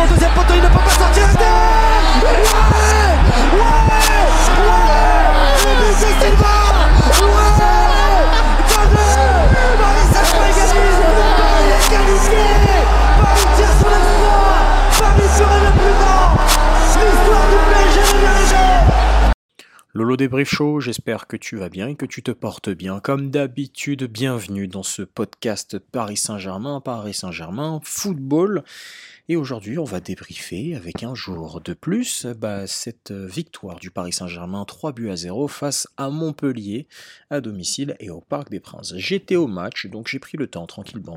dans le deuxième poteau, il ne peut pas sortir. C'est Silva. Paris Saint-Germain égalise. Paris est qualifié. Paris tire son exploit. Paris serait le plus grand. L'histoire du PSG revient. Lolo Débrief Show, j'espère que tu vas bien et que tu te portes bien. Comme d'habitude, bienvenue dans ce podcast Paris Saint-Germain, football. Et aujourd'hui, on va débriefer avec un jour de plus cette victoire du Paris Saint-Germain 3-0 face à Montpellier à domicile et au Parc des Princes. J'étais au match, donc j'ai pris le temps tranquillement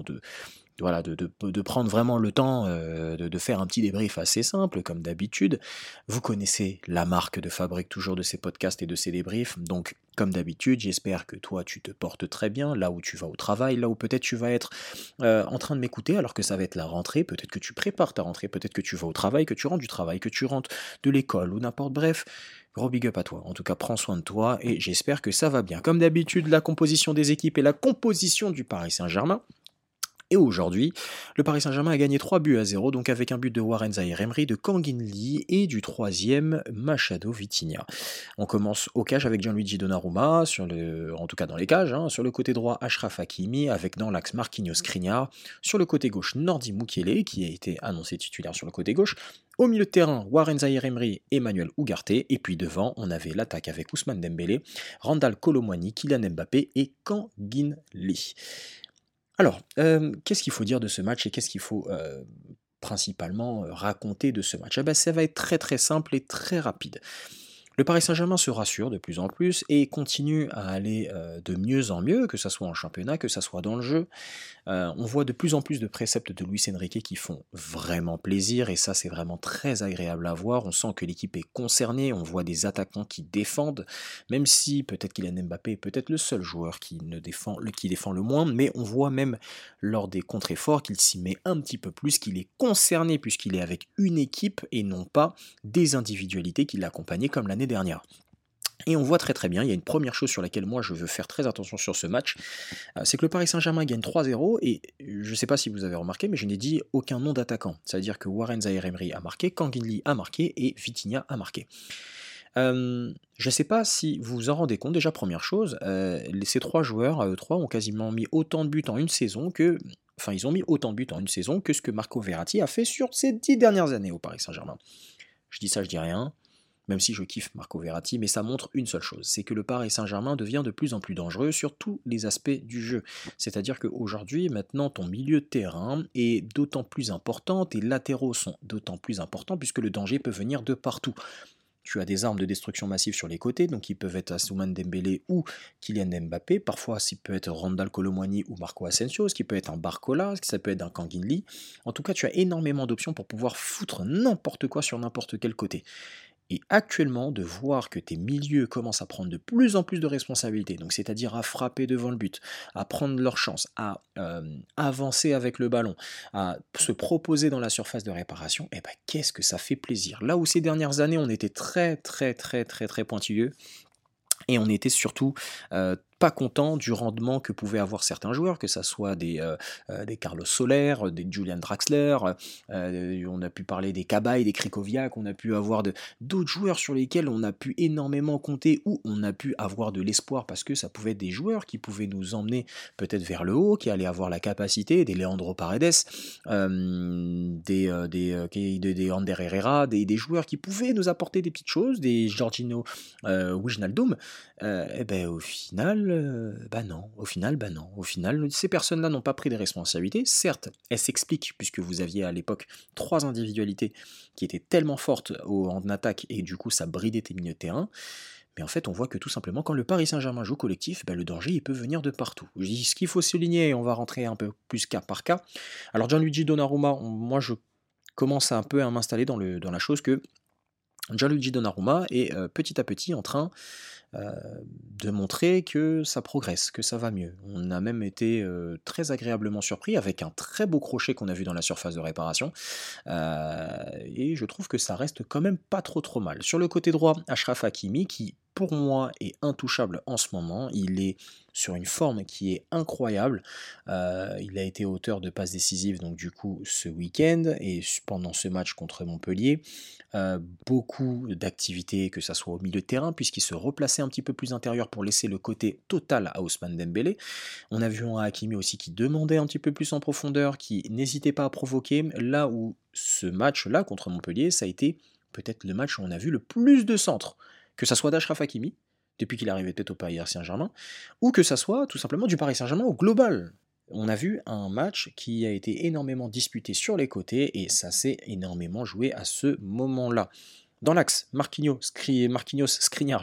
de prendre vraiment le temps de faire un petit débrief assez simple, comme d'habitude. Vous connaissez la marque de fabrique toujours de ces podcasts et de ces débriefs, donc comme d'habitude, j'espère que toi tu te portes très bien, là où tu vas au travail, là où peut-être tu vas être en train de m'écouter alors que ça va être la rentrée, peut-être que tu prépares ta rentrée, peut-être que tu vas au travail, que tu rentres du travail, que tu rentres de l'école ou n'importe, bref. Gros big up à toi, en tout cas prends soin de toi et j'espère que ça va bien. Comme d'habitude, la composition des équipes et la composition du Paris Saint-Germain. Et aujourd'hui, le Paris Saint-Germain a gagné 3-0, donc avec un but de Warren Zaïre-Emery, de Kangin Lee et du troisième Machado Vitinha. On commence au cage avec Gianluigi Donnarumma, en tout cas dans les cages, sur le côté droit Achraf Hakimi, avec dans l'axe Marquinhos Skriniar, sur le côté gauche Nordi Mukiele, qui a été annoncé titulaire sur le côté gauche, au milieu de terrain, Warren Zaïre-Emery, Emmanuel Ugarte, et puis devant, on avait l'attaque avec Ousmane Dembélé, Randal Kolo Muani, Kylian Mbappé et Kangin Lee. Alors, qu'est-ce qu'il faut dire de ce match et qu'est-ce qu'il faut principalement raconter de ce match ? Ça va être très très simple et très rapide. Le Paris Saint-Germain se rassure de plus en plus et continue à aller de mieux en mieux, que ce soit en championnat, que ce soit dans le jeu. On voit de plus en plus de préceptes de Luis Enrique qui font vraiment plaisir et ça c'est vraiment très agréable à voir. On sent que l'équipe est concernée, on voit des attaquants qui défendent, même si peut-être Kylian Mbappé est peut-être le seul joueur qui défend le moins, mais on voit même lors des contre-efforts qu'il s'y met un petit peu plus, qu'il est concerné puisqu'il est avec une équipe et non pas des individualités qui l'accompagnaient comme l'année dernière. Et on voit très très bien, il y a une première chose sur laquelle moi je veux faire très attention sur ce match, c'est que le Paris Saint-Germain gagne 3-0 et je ne sais pas si vous avez remarqué, mais je n'ai dit aucun nom d'attaquant. C'est-à-dire que Warren Zaïre-Emery a marqué, Kangin Lee a marqué et Vitinha a marqué. Je ne sais pas si vous vous en rendez compte, déjà première chose, ces trois joueurs à eux trois ont quasiment mis autant de buts en une saison que... Enfin, ils ont mis autant de buts en une saison que ce que Marco Verratti a fait sur ces 10 dernières années au Paris Saint-Germain. Je dis ça, je dis rien. Même si je kiffe Marco Verratti, mais ça montre une seule chose, c'est que le Paris Saint-Germain devient de plus en plus dangereux sur tous les aspects du jeu. C'est-à-dire qu'aujourd'hui, maintenant, ton milieu de terrain est d'autant plus important, tes latéraux sont d'autant plus importants, puisque le danger peut venir de partout. Tu as des armes de destruction massive sur les côtés, donc ils peuvent être Ousmane Dembélé ou Kylian Mbappé, parfois ça peut être Randal Kolo Muani ou Marco Asensio, ce qui peut être un Barcola, ça peut être un Kangin Lee. En tout cas, tu as énormément d'options pour pouvoir foutre n'importe quoi sur n'importe quel côté. Et actuellement, de voir que tes milieux commencent à prendre de plus en plus de responsabilités, donc c'est-à-dire à frapper devant le but, à prendre leur chance, à avancer avec le ballon, à se proposer dans la surface de réparation, et qu'est-ce que ça fait plaisir. Là où ces dernières années, on était très très très très très pointilleux, et on était surtout pas content du rendement que pouvaient avoir certains joueurs, que ça soit des Carlos Soler, des Julian Draxler, on a pu parler des Cabaye, des Krikoviak, on a pu avoir d'autres joueurs sur lesquels on a pu énormément compter, ou on a pu avoir de l'espoir, parce que ça pouvait être des joueurs qui pouvaient nous emmener peut-être vers le haut, qui allaient avoir la capacité, des Leandro Paredes, des Ander Herrera, des joueurs qui pouvaient nous apporter des petites choses, des Jorginho Wijnaldum, au final, non. Au final, ces personnes-là n'ont pas pris des responsabilités. Certes, elles s'expliquent, puisque vous aviez à l'époque 3 individualités qui étaient tellement fortes en attaque, et du coup, ça bridait tes milieux de terrain. Mais en fait, on voit que tout simplement, quand le Paris Saint-Germain joue collectif, le danger, il peut venir de partout. Ce qu'il faut souligner, et on va rentrer un peu plus cas par cas. Alors, Gianluigi Donnarumma, moi, je commence un peu à m'installer dans la chose que Gianluigi Donnarumma est petit à petit en train de montrer que ça progresse, que ça va mieux. On a même été très agréablement surpris avec un très beau crochet qu'on a vu dans la surface de réparation, et je trouve que ça reste quand même pas trop mal. Sur le côté droit, Achraf Hakimi qui pour moi, est intouchable en ce moment. Il est sur une forme qui est incroyable. Il a été auteur de passes décisives, donc du coup, ce week-end, et pendant ce match contre Montpellier. Beaucoup d'activités, que ça soit au milieu de terrain, puisqu'il se replaçait un petit peu plus intérieur pour laisser le côté total à Ousmane Dembélé. On a vu un Hakimi aussi qui demandait un petit peu plus en profondeur, qui n'hésitait pas à provoquer, là où ce match-là contre Montpellier, ça a été peut-être le match où on a vu le plus de centres, que ça soit d'Achraf Hakimi, depuis qu'il est arrivé peut-être au Paris Saint-Germain, ou que ça soit tout simplement du Paris Saint-Germain au global. On a vu un match qui a été énormément disputé sur les côtés, et ça s'est énormément joué à ce moment-là. Dans l'axe, Marquinhos et Skriniar,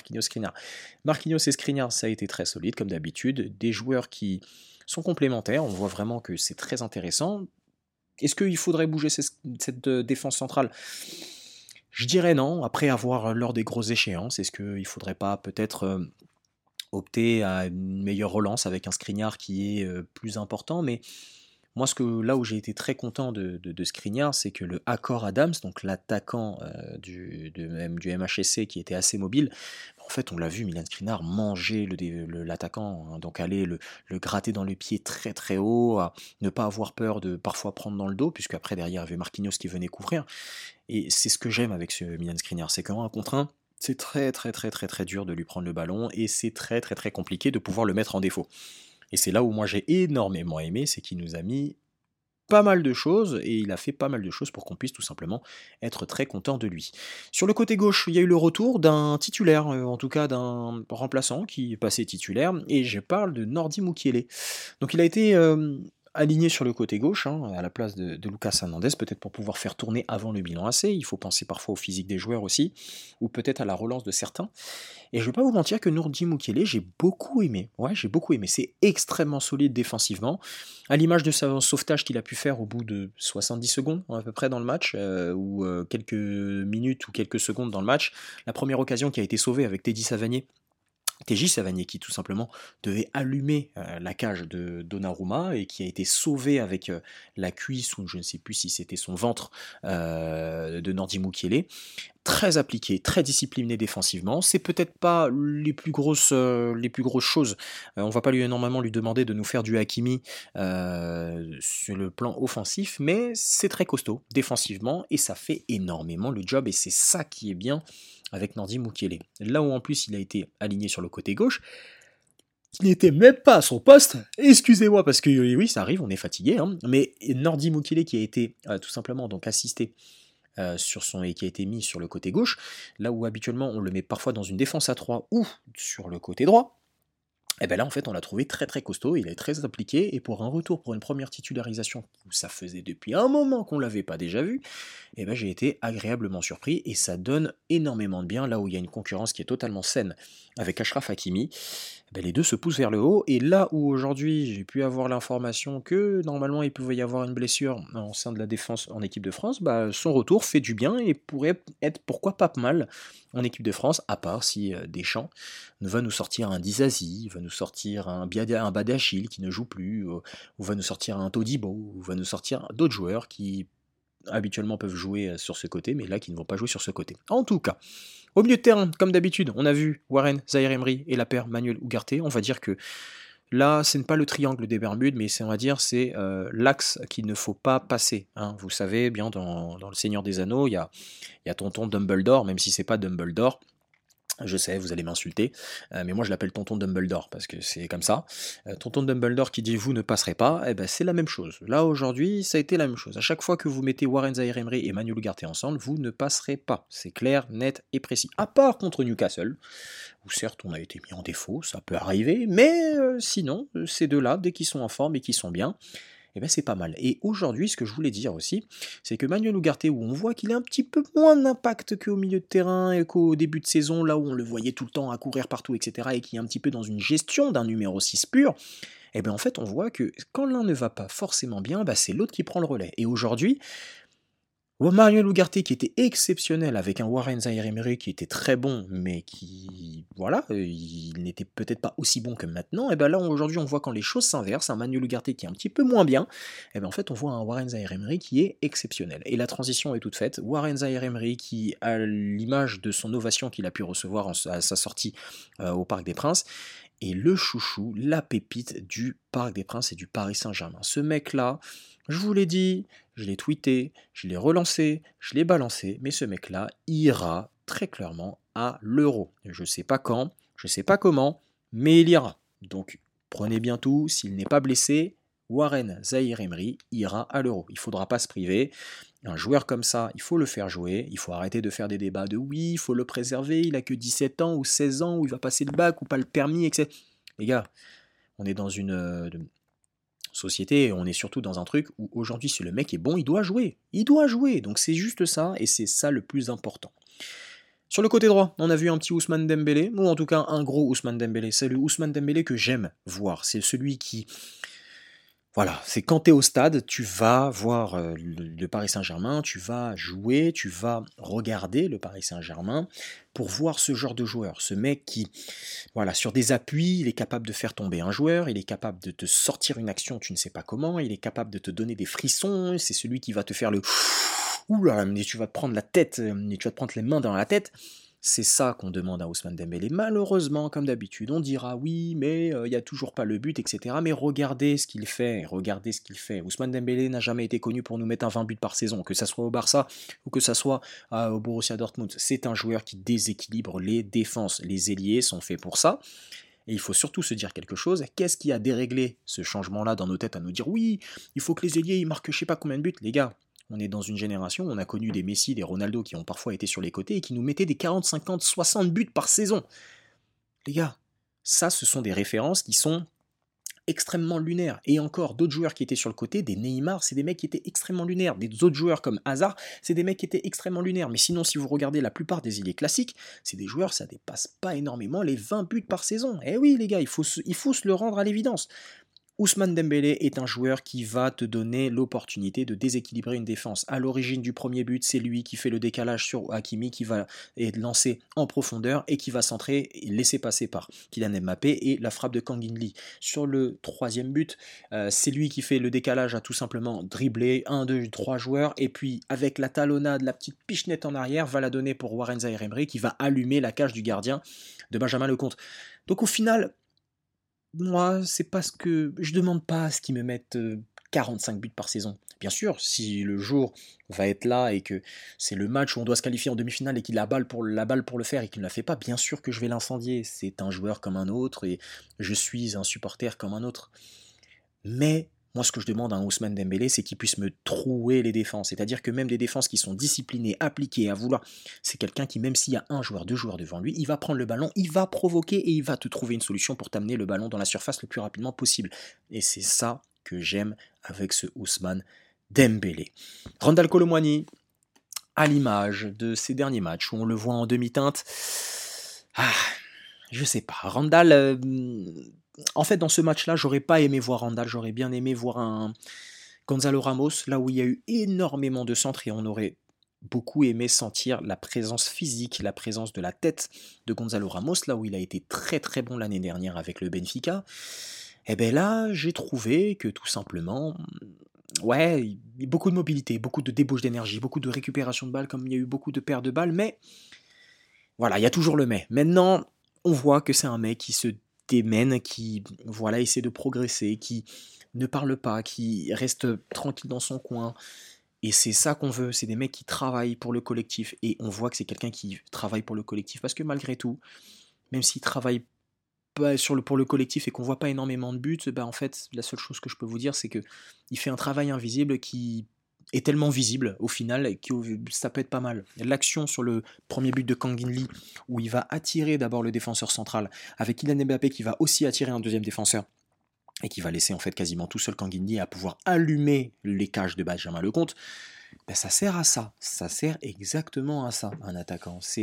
ça a été très solide, comme d'habitude. Des joueurs qui sont complémentaires, on voit vraiment que c'est très intéressant. Est-ce qu'il faudrait bouger cette défense centrale ? Je dirais non, après avoir lors des grosses échéances. Est-ce qu'il ne faudrait pas peut-être opter à une meilleure relance avec un Skriniar qui est plus important, mais moi, là où j'ai été très content de Skriniar, c'est que le Accor Adams, donc l'attaquant du MHSC qui était assez mobile, en fait, on l'a vu, Milan Skriniar manger l'attaquant, hein, donc aller le gratter dans le pied très très haut, à ne pas avoir peur de parfois prendre dans le dos, puisque après derrière il y avait Marquinhos qui venait couvrir. Et c'est ce que j'aime avec ce Milan Skriniar, c'est qu'en 1 contre 1, c'est très très très très très dur de lui prendre le ballon, et c'est très très très compliqué de pouvoir le mettre en défaut. Et c'est là où moi j'ai énormément aimé, c'est qu'il nous a mis pas mal de choses, et il a fait pas mal de choses pour qu'on puisse tout simplement être très content de lui. Sur le côté gauche, il y a eu le retour d'un titulaire, en tout cas d'un remplaçant qui est passé titulaire, et je parle de Nordi Mukiele. Donc il a été aligné sur le côté gauche, hein, à la place de Lucas Hernandez, peut-être pour pouvoir faire tourner avant le bilan AC. Il faut penser parfois au physique des joueurs aussi, ou peut-être à la relance de certains. Et je ne vais pas vous mentir que Nordi Mukiele, j'ai beaucoup aimé. Ouais, j'ai beaucoup aimé. C'est extrêmement solide défensivement, à l'image de son sauvetage qu'il a pu faire au bout de 70 secondes à peu près dans le match, ou quelques minutes ou quelques secondes dans le match. La première occasion qui a été sauvée avec TJ Savanier qui tout simplement devait allumer la cage de Donnarumma, et qui a été sauvé avec la cuisse, ou je ne sais plus si c'était son ventre, de Nordi Mukiele. Très appliqué, très discipliné défensivement. C'est peut-être pas les plus grosses choses. On va pas normalement lui demander de nous faire du Hakimi sur le plan offensif, mais c'est très costaud défensivement, et ça fait énormément le job, et c'est ça qui est bien avec Nordi Mukiele. Là où en plus il a été aligné sur le côté gauche, il n'était même pas à son poste, excusez-moi parce que oui ça arrive, on est fatigué, hein, mais Nordi Mukiele qui a été tout simplement donc assisté et qui a été mis sur le côté gauche, là où habituellement on le met parfois dans une défense à 3 ou sur le côté droit. Et bien là en fait on l'a trouvé très très costaud, il est très appliqué, et pour un retour pour une première titularisation où ça faisait depuis un moment qu'on l'avait pas déjà vu, et ben j'ai été agréablement surpris, et ça donne énormément de bien là où il y a une concurrence qui est totalement saine avec Achraf Hakimi. Ben les deux se poussent vers le haut, et là où aujourd'hui j'ai pu avoir l'information que normalement il pouvait y avoir une blessure en sein de la défense en équipe de France, bah, son retour fait du bien et pourrait être pourquoi pas mal en équipe de France, à part si Deschamps va nous sortir un Dizazi, va nous sortir un Badiachil qui ne joue plus, ou va nous sortir un Todibo, ou va nous sortir d'autres joueurs qui habituellement peuvent jouer sur ce côté, mais là qui ne vont pas jouer sur ce côté. En tout cas, au milieu de terrain, comme d'habitude, on a vu Warren Zaïre-Emery et la paire Manuel Ugarte. On va dire que là, ce n'est pas le triangle des Bermudes, mais c'est l'axe qu'il ne faut pas passer. Hein. Vous savez, bien dans Le Seigneur des Anneaux, il y a tonton Dumbledore, même si c'est pas Dumbledore. Je sais, vous allez m'insulter, mais moi je l'appelle tonton Dumbledore, parce que c'est comme ça. Tonton Dumbledore qui dit « vous ne passerez pas », eh ben c'est la même chose. Là, aujourd'hui, ça a été la même chose. À chaque fois que vous mettez Warren Zaïre-Emery et Manuel Ugarte ensemble, vous ne passerez pas. C'est clair, net et précis. À part contre Newcastle, où certes on a été mis en défaut, ça peut arriver, mais sinon, ces deux-là, dès qu'ils sont en forme et qu'ils sont bien, eh ben c'est pas mal. Et aujourd'hui, ce que je voulais dire aussi, c'est que Manuel Ugarte, où on voit qu'il a un petit peu moins d'impact qu'au milieu de terrain et qu'au début de saison, là où on le voyait tout le temps à courir partout, etc., et qui est un petit peu dans une gestion d'un numéro 6 pur, eh bien en fait, on voit que quand l'un ne va pas forcément bien, bah, c'est l'autre qui prend le relais. Et aujourd'hui, Manuel Ugarte qui était exceptionnel avec un Warren Zaïre-Emery qui était très bon, mais qui, voilà, il n'était peut-être pas aussi bon que maintenant. Et bien là, aujourd'hui, on voit quand les choses s'inversent, un Manuel Ugarte qui est un petit peu moins bien, et bien en fait, on voit un Warren Zaïre-Emery qui est exceptionnel. Et la transition est toute faite. Warren Zaïre-Emery qui, à l'image de son ovation qu'il a pu recevoir à sa sortie au Parc des Princes, est le chouchou, la pépite du Parc des Princes et du Paris Saint-Germain. Ce mec-là, je vous l'ai dit, je l'ai tweeté, je l'ai relancé, je l'ai balancé, mais ce mec-là ira très clairement à l'Euro. Je ne sais pas quand, je ne sais pas comment, mais il ira. Donc prenez bien tout, s'il n'est pas blessé, Warren Zaïre-Emery ira à l'Euro. Il ne faudra pas se priver. Un joueur comme ça, il faut le faire jouer, il faut arrêter de faire des débats de oui, il faut le préserver, il a que 17 ans ou 16 ans, ou il va passer le bac ou pas le permis, etc. Les gars, on est dans une société, on est surtout dans un truc où aujourd'hui si le mec est bon, il doit jouer. Il doit jouer, donc c'est juste ça, et c'est ça le plus important. Sur le côté droit, on a vu un petit Ousmane Dembélé, ou en tout cas un gros Ousmane Dembélé. C'est le Ousmane Dembélé que j'aime voir. C'est celui qui... Voilà, c'est quand tu es au stade, tu vas voir le Paris Saint-Germain, tu vas jouer, tu vas regarder le Paris Saint-Germain pour voir ce genre de joueur. Ce mec qui, voilà, sur des appuis, il est capable de faire tomber un joueur, il est capable de te sortir une action, tu ne sais pas comment, il est capable de te donner des frissons, c'est celui qui va te faire le... Oula, mais tu vas te prendre la tête, tu vas te prendre les mains dans la tête. C'est ça qu'on demande à Ousmane Dembélé. Malheureusement, comme d'habitude, on dira oui, mais il n'y a toujours pas le but, etc. Mais regardez ce qu'il fait, regardez ce qu'il fait. Ousmane Dembélé n'a jamais été connu pour nous mettre un 20 buts par saison, que ça soit au Barça ou que ça soit au Borussia Dortmund. C'est un joueur qui déséquilibre les défenses. Les ailiers sont faits pour ça. Et il faut surtout se dire quelque chose, qu'est-ce qui a déréglé ce changement-là dans nos têtes à nous dire oui, il faut que les ailiers ils marquent je sais pas combien de buts, les gars. On est dans une génération où on a connu des Messi, des Ronaldo qui ont parfois été sur les côtés et qui nous mettaient des 40, 50, 60 buts par saison. Les gars, ça ce sont des références qui sont extrêmement lunaires. Et encore, d'autres joueurs qui étaient sur le côté, des Neymar, c'est des mecs qui étaient extrêmement lunaires. Des autres joueurs comme Hazard, c'est des mecs qui étaient extrêmement lunaires. Mais sinon, si vous regardez la plupart des ailiers classiques, c'est des joueurs, ça dépasse pas énormément les 20 buts par saison. Eh oui les gars, il faut se le rendre à l'évidence. Ousmane Dembélé est un joueur qui va te donner l'opportunité de déséquilibrer une défense. À l'origine du premier but, c'est lui qui fait le décalage sur Hakimi, qui va être lancé en profondeur et qui va centrer et laisser passer par Kylian Mbappé et la frappe de Kang In Lee. Sur le troisième but, c'est lui qui fait le décalage à tout simplement dribbler 1, 2, 3 joueurs et puis avec la talonnade, la petite pichenette en arrière, va la donner pour Warren Zaïre-Emery qui va allumer la cage du gardien de Benjamin Lecomte. Donc au final, moi, c'est parce que je demande pas à ce qu'ils me mettent 45 buts par saison. Bien sûr, si le jour va être là et que c'est le match où on doit se qualifier en demi-finale et qu'il a la balle pour le faire et qu'il ne la fait pas, bien sûr que je vais l'incendier. C'est un joueur comme un autre et je suis un supporter comme un autre. Mais moi, ce que je demande à un Ousmane Dembélé, c'est qu'il puisse me trouer les défenses. C'est-à-dire que même des défenses qui sont disciplinées, appliquées, à vouloir, c'est quelqu'un qui, même s'il y a un joueur, deux joueurs devant lui, il va prendre le ballon, il va provoquer et il va te trouver une solution pour t'amener le ballon dans la surface le plus rapidement possible. Et c'est ça que j'aime avec ce Ousmane Dembélé. Randal Kolo Muani, à l'image de ces derniers matchs où on le voit en demi-teinte, je sais pas. Randal, en fait, dans ce match-là, j'aurais pas aimé voir Randal, j'aurais bien aimé voir un Gonzalo Ramos, là où il y a eu énormément de centres et on aurait beaucoup aimé sentir la présence physique, la présence de la tête de Gonzalo Ramos, là où il a été très très bon l'année dernière avec le Benfica. Et bien là, j'ai trouvé que tout simplement, ouais, il y a beaucoup de mobilité, beaucoup de débauche d'énergie, beaucoup de récupération de balles, comme il y a eu beaucoup de pertes de balles, mais voilà, il y a toujours le mais. Maintenant, on voit que c'est un mec qui se démène, qui voilà, essaie de progresser, qui ne parle pas, qui reste tranquille dans son coin. Et c'est ça qu'on veut, c'est des mecs qui travaillent pour le collectif. Et on voit que c'est quelqu'un qui travaille pour le collectif. Parce que malgré tout, même s'il travaille pas pour le collectif et qu'on voit pas énormément de buts, en fait, la seule chose que je peux vous dire, c'est que il fait un travail invisible qui est tellement visible au final que ça peut être pas mal. L'action sur le premier but de Kang In Lee, où il va attirer d'abord le défenseur central, avec Kylian Mbappé qui va aussi attirer un deuxième défenseur, et qui va laisser en fait quasiment tout seul Kang In Lee à pouvoir allumer les cages de Benjamin Lecomte, ça sert à ça. Ça sert exactement à ça, un attaquant. C'est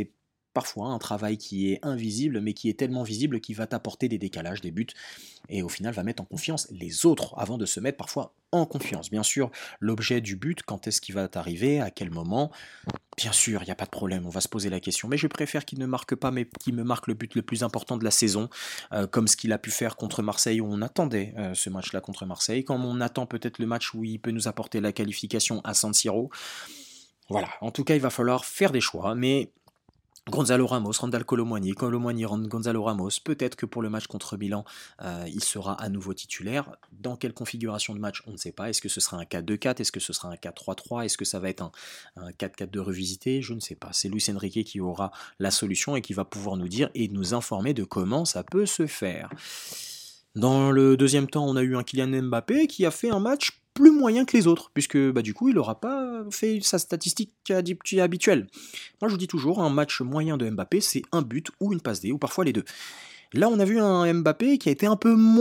parfois un travail qui est invisible, mais qui est tellement visible qu'il va t'apporter des décalages, des buts, et au final va mettre en confiance les autres avant de se mettre parfois en confiance. Bien sûr, l'objet du but, quand est-ce qu'il va t'arriver, à quel moment, bien sûr, il n'y a pas de problème, on va se poser la question, mais je préfère qu'il ne marque pas, mais qu'il me marque le but le plus important de la saison, comme ce qu'il a pu faire contre Marseille, où on attendait ce match-là contre Marseille, comme on attend peut-être le match où il peut nous apporter la qualification à San Siro. Voilà, en tout cas, il va falloir faire des choix, mais Gonzalo Ramos, Randal Colomwani, Gonzalo Ramos, peut-être que pour le match contre Milan, il sera à nouveau titulaire. Dans quelle configuration de match, on ne sait pas. Est-ce que ce sera un 4-2-4? Est-ce que ce sera un 4-3-3? Est-ce que ça va être un 4-4-2 revisité? Je ne sais pas. C'est Luis Enrique qui aura la solution et qui va pouvoir nous dire et nous informer de comment ça peut se faire. Dans le deuxième temps, on a eu un Kylian Mbappé qui a fait un match plus moyen que les autres, puisque du coup il n'aura pas fait sa statistique habituelle. Moi je vous dis toujours, un match moyen de Mbappé, c'est un but ou une passe D, ou parfois les deux. Là on a vu un Mbappé qui a été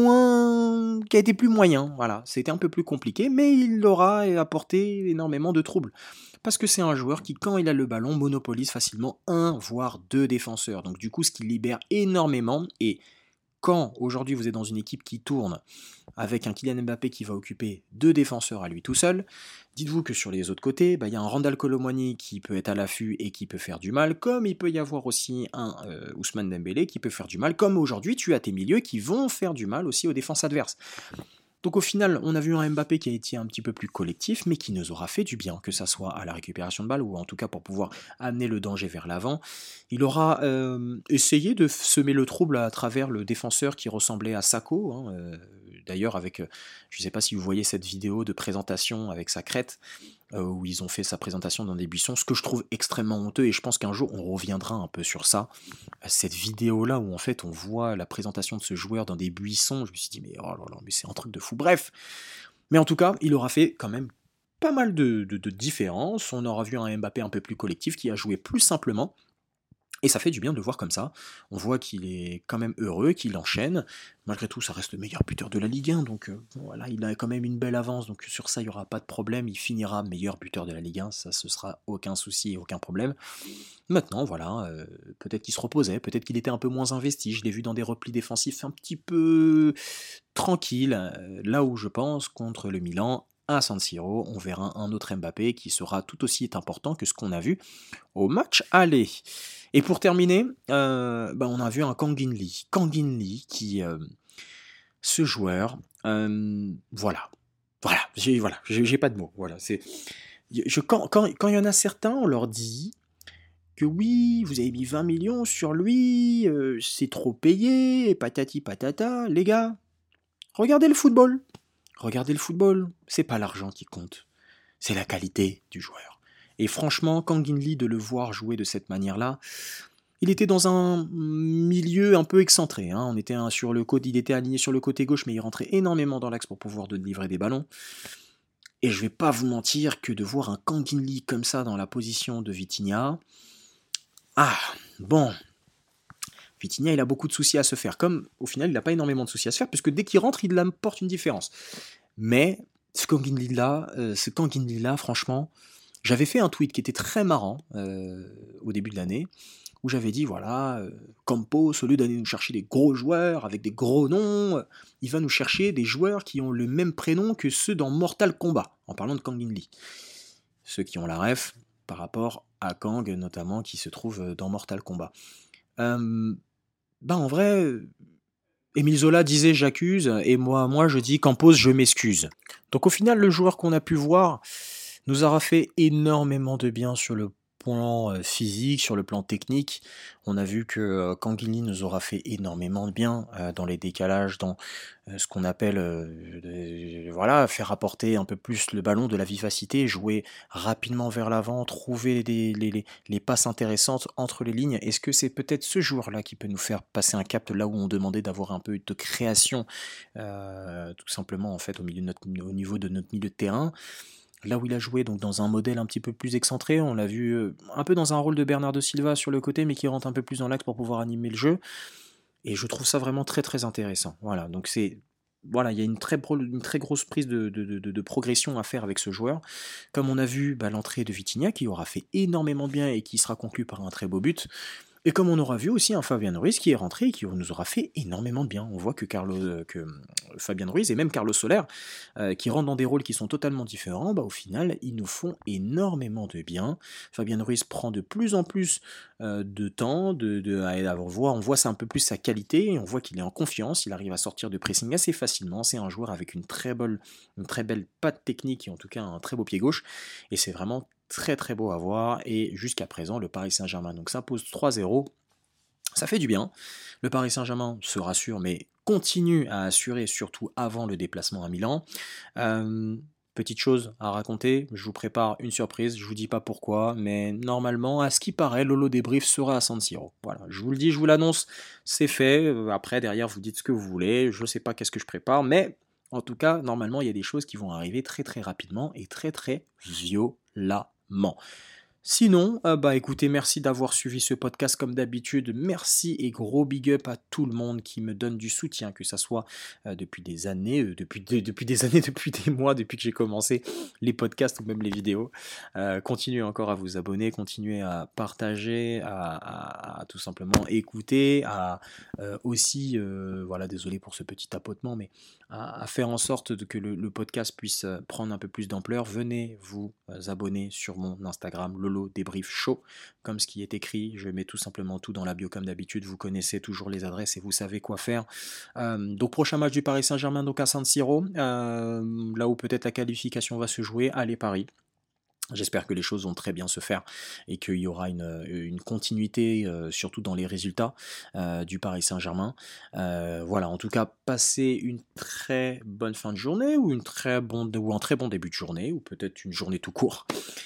qui a été plus moyen, voilà, c'était un peu plus compliqué, mais il aura apporté énormément de troubles. Parce que c'est un joueur qui, quand il a le ballon, monopolise facilement un, voire deux défenseurs. Donc du coup, ce qui libère énormément, et quand aujourd'hui vous êtes dans une équipe qui tourne avec un Kylian Mbappé qui va occuper deux défenseurs à lui tout seul, dites-vous que sur les autres côtés, il y a un Randal Colomwani qui peut être à l'affût et qui peut faire du mal, comme il peut y avoir aussi un Ousmane Dembélé qui peut faire du mal, comme aujourd'hui tu as tes milieux qui vont faire du mal aussi aux défenses adverses. Donc au final, on a vu un Mbappé qui a été un petit peu plus collectif, mais qui nous aura fait du bien, que ça soit à la récupération de balle, ou en tout cas pour pouvoir amener le danger vers l'avant. Il aura essayé de semer le trouble à travers le défenseur qui ressemblait à Sakho, d'ailleurs avec, je ne sais pas si vous voyez cette vidéo de présentation avec sa crête, où ils ont fait sa présentation dans des buissons, ce que je trouve extrêmement honteux, et je pense qu'un jour on reviendra un peu sur ça. Cette vidéo-là où en fait on voit la présentation de ce joueur dans des buissons, je me suis dit mais oh là là, mais c'est un truc de fou. Bref, mais en tout cas, il aura fait quand même pas mal de différences. On aura vu un Mbappé un peu plus collectif qui a joué plus simplement. Et ça fait du bien de le voir comme ça. On voit qu'il est quand même heureux, qu'il enchaîne. Malgré tout, ça reste le meilleur buteur de la Ligue 1. Donc voilà, il a quand même une belle avance. Donc sur ça, il n'y aura pas de problème. Il finira meilleur buteur de la Ligue 1. Ça, ce sera aucun souci, aucun problème. Maintenant, voilà, peut-être qu'il se reposait. Peut-être qu'il était un peu moins investi. Je l'ai vu dans des replis défensifs un petit peu tranquilles. Là où je pense, contre le Milan, à San Siro, on verra un autre Mbappé qui sera tout aussi important que ce qu'on a vu au match aller. Et pour terminer, on a vu un Kang In Lee. Kang In Lee qui, ce joueur, voilà, j'ai pas de mots. Voilà, quand il y en a certains, on leur dit que oui, vous avez mis 20 millions sur lui, c'est trop payé, et patati patata. Les gars, regardez le football. Regardez le football, c'est pas l'argent qui compte, c'est la qualité du joueur. Et franchement, Kang In Lee, de le voir jouer de cette manière-là, il était dans un milieu un peu excentré. On était il était aligné sur le côté gauche, mais il rentrait énormément dans l'axe pour pouvoir livrer des ballons. Et je vais pas vous mentir que de voir un Kang In Lee comme ça dans la position de Vitinha, Vitinha, il a beaucoup de soucis à se faire. Comme, au final, il n'a pas énormément de soucis à se faire, puisque dès qu'il rentre, il apporte une différence. Mais ce Kang In Lee-là, franchement, j'avais fait un tweet qui était très marrant au début de l'année, où j'avais dit, voilà, Campos, au lieu d'aller nous chercher des gros joueurs avec des gros noms, il va nous chercher des joueurs qui ont le même prénom que ceux dans Mortal Kombat, en parlant de Kang In Lee. Ceux qui ont la ref par rapport à Kang, notamment, qui se trouve dans Mortal Kombat. En vrai, Émile Zola disait j'accuse, et moi je dis Campos, je m'excuse. Donc au final, le joueur qu'on a pu voir nous aura fait énormément de bien sur le plan physique, sur le plan technique. On a vu que Kang In Lee nous aura fait énormément de bien dans les décalages, dans ce qu'on appelle faire apporter un peu plus le ballon, de la vivacité, jouer rapidement vers l'avant, trouver les passes intéressantes entre les lignes. Est-ce que c'est peut-être ce joueur-là qui peut nous faire passer un cap là où on demandait d'avoir un peu de création, tout simplement en fait au niveau de notre milieu de terrain? Là où il a joué, donc dans un modèle un petit peu plus excentré, on l'a vu un peu dans un rôle de Bernardo Silva sur le côté, mais qui rentre un peu plus dans l'axe pour pouvoir animer le jeu. Et je trouve ça vraiment très très intéressant. Voilà, donc il y a une très grosse prise de progression à faire avec ce joueur. Comme on a vu, l'entrée de Vitinha qui aura fait énormément de bien et qui sera conclue par un très beau but. Et comme on aura vu aussi un Fabien Ruiz qui est rentré et qui nous aura fait énormément de bien. On voit que Fabien Ruiz et même Carlos Soler, qui rentrent dans des rôles qui sont totalement différents, au final, ils nous font énormément de bien. Fabien Ruiz prend de plus en plus de temps, on voit ça un peu plus sa qualité, on voit qu'il est en confiance, il arrive à sortir de pressing assez facilement. C'est un joueur avec une très belle patte technique et en tout cas un très beau pied gauche. Et c'est vraiment très très beau à voir, et jusqu'à présent le Paris Saint-Germain donc s'impose 3-0, ça fait du bien. Le Paris Saint-Germain se rassure mais continue à assurer, surtout avant le déplacement à Milan. Petite chose à raconter, je vous prépare une surprise, je vous dis pas pourquoi, mais normalement, à ce qui paraît, Lolo Débrief sera à San Siro. Voilà, je vous le dis, je vous l'annonce, c'est fait. Après, derrière, vous dites ce que vous voulez, je sais pas qu'est-ce que je prépare, mais en tout cas, normalement, il y a des choses qui vont arriver très très rapidement et très très violemment. Sinon, écoutez, merci d'avoir suivi ce podcast comme d'habitude. Merci et gros big up à tout le monde qui me donne du soutien, que ça soit depuis des années, depuis des mois, depuis que j'ai commencé les podcasts ou même les vidéos. Continuez encore à vous abonner, continuez à partager, à tout simplement écouter, à aussi, désolé pour ce petit tapotement, mais à faire en sorte que le podcast puisse prendre un peu plus d'ampleur. Venez vous abonner sur mon Instagram, Lolo Débrief Show, comme ce qui est écrit. Je mets tout simplement tout dans la bio comme d'habitude. Vous connaissez toujours les adresses et vous savez quoi faire. Donc prochain match du Paris Saint-Germain donc à San Siro, là où peut-être la qualification va se jouer. Allez Paris. J'espère que les choses vont très bien se faire et qu'il y aura une continuité, surtout dans les résultats du Paris Saint-Germain. Voilà, en tout cas, passez une très bonne fin de journée ou un très bon début de journée, ou peut-être une journée tout court,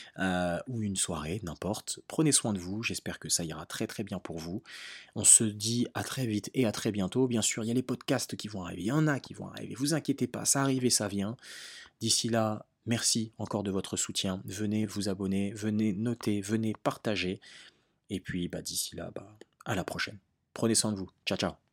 ou une soirée, n'importe. Prenez soin de vous, j'espère que ça ira très très bien pour vous. On se dit à très vite et à très bientôt. Bien sûr, il y a les podcasts qui vont arriver, il y en a qui vont arriver, vous inquiétez pas, ça arrive et ça vient. D'ici là, merci encore de votre soutien. Venez vous abonner, venez noter, venez partager. Et puis d'ici là, à la prochaine. Prenez soin de vous. Ciao, ciao.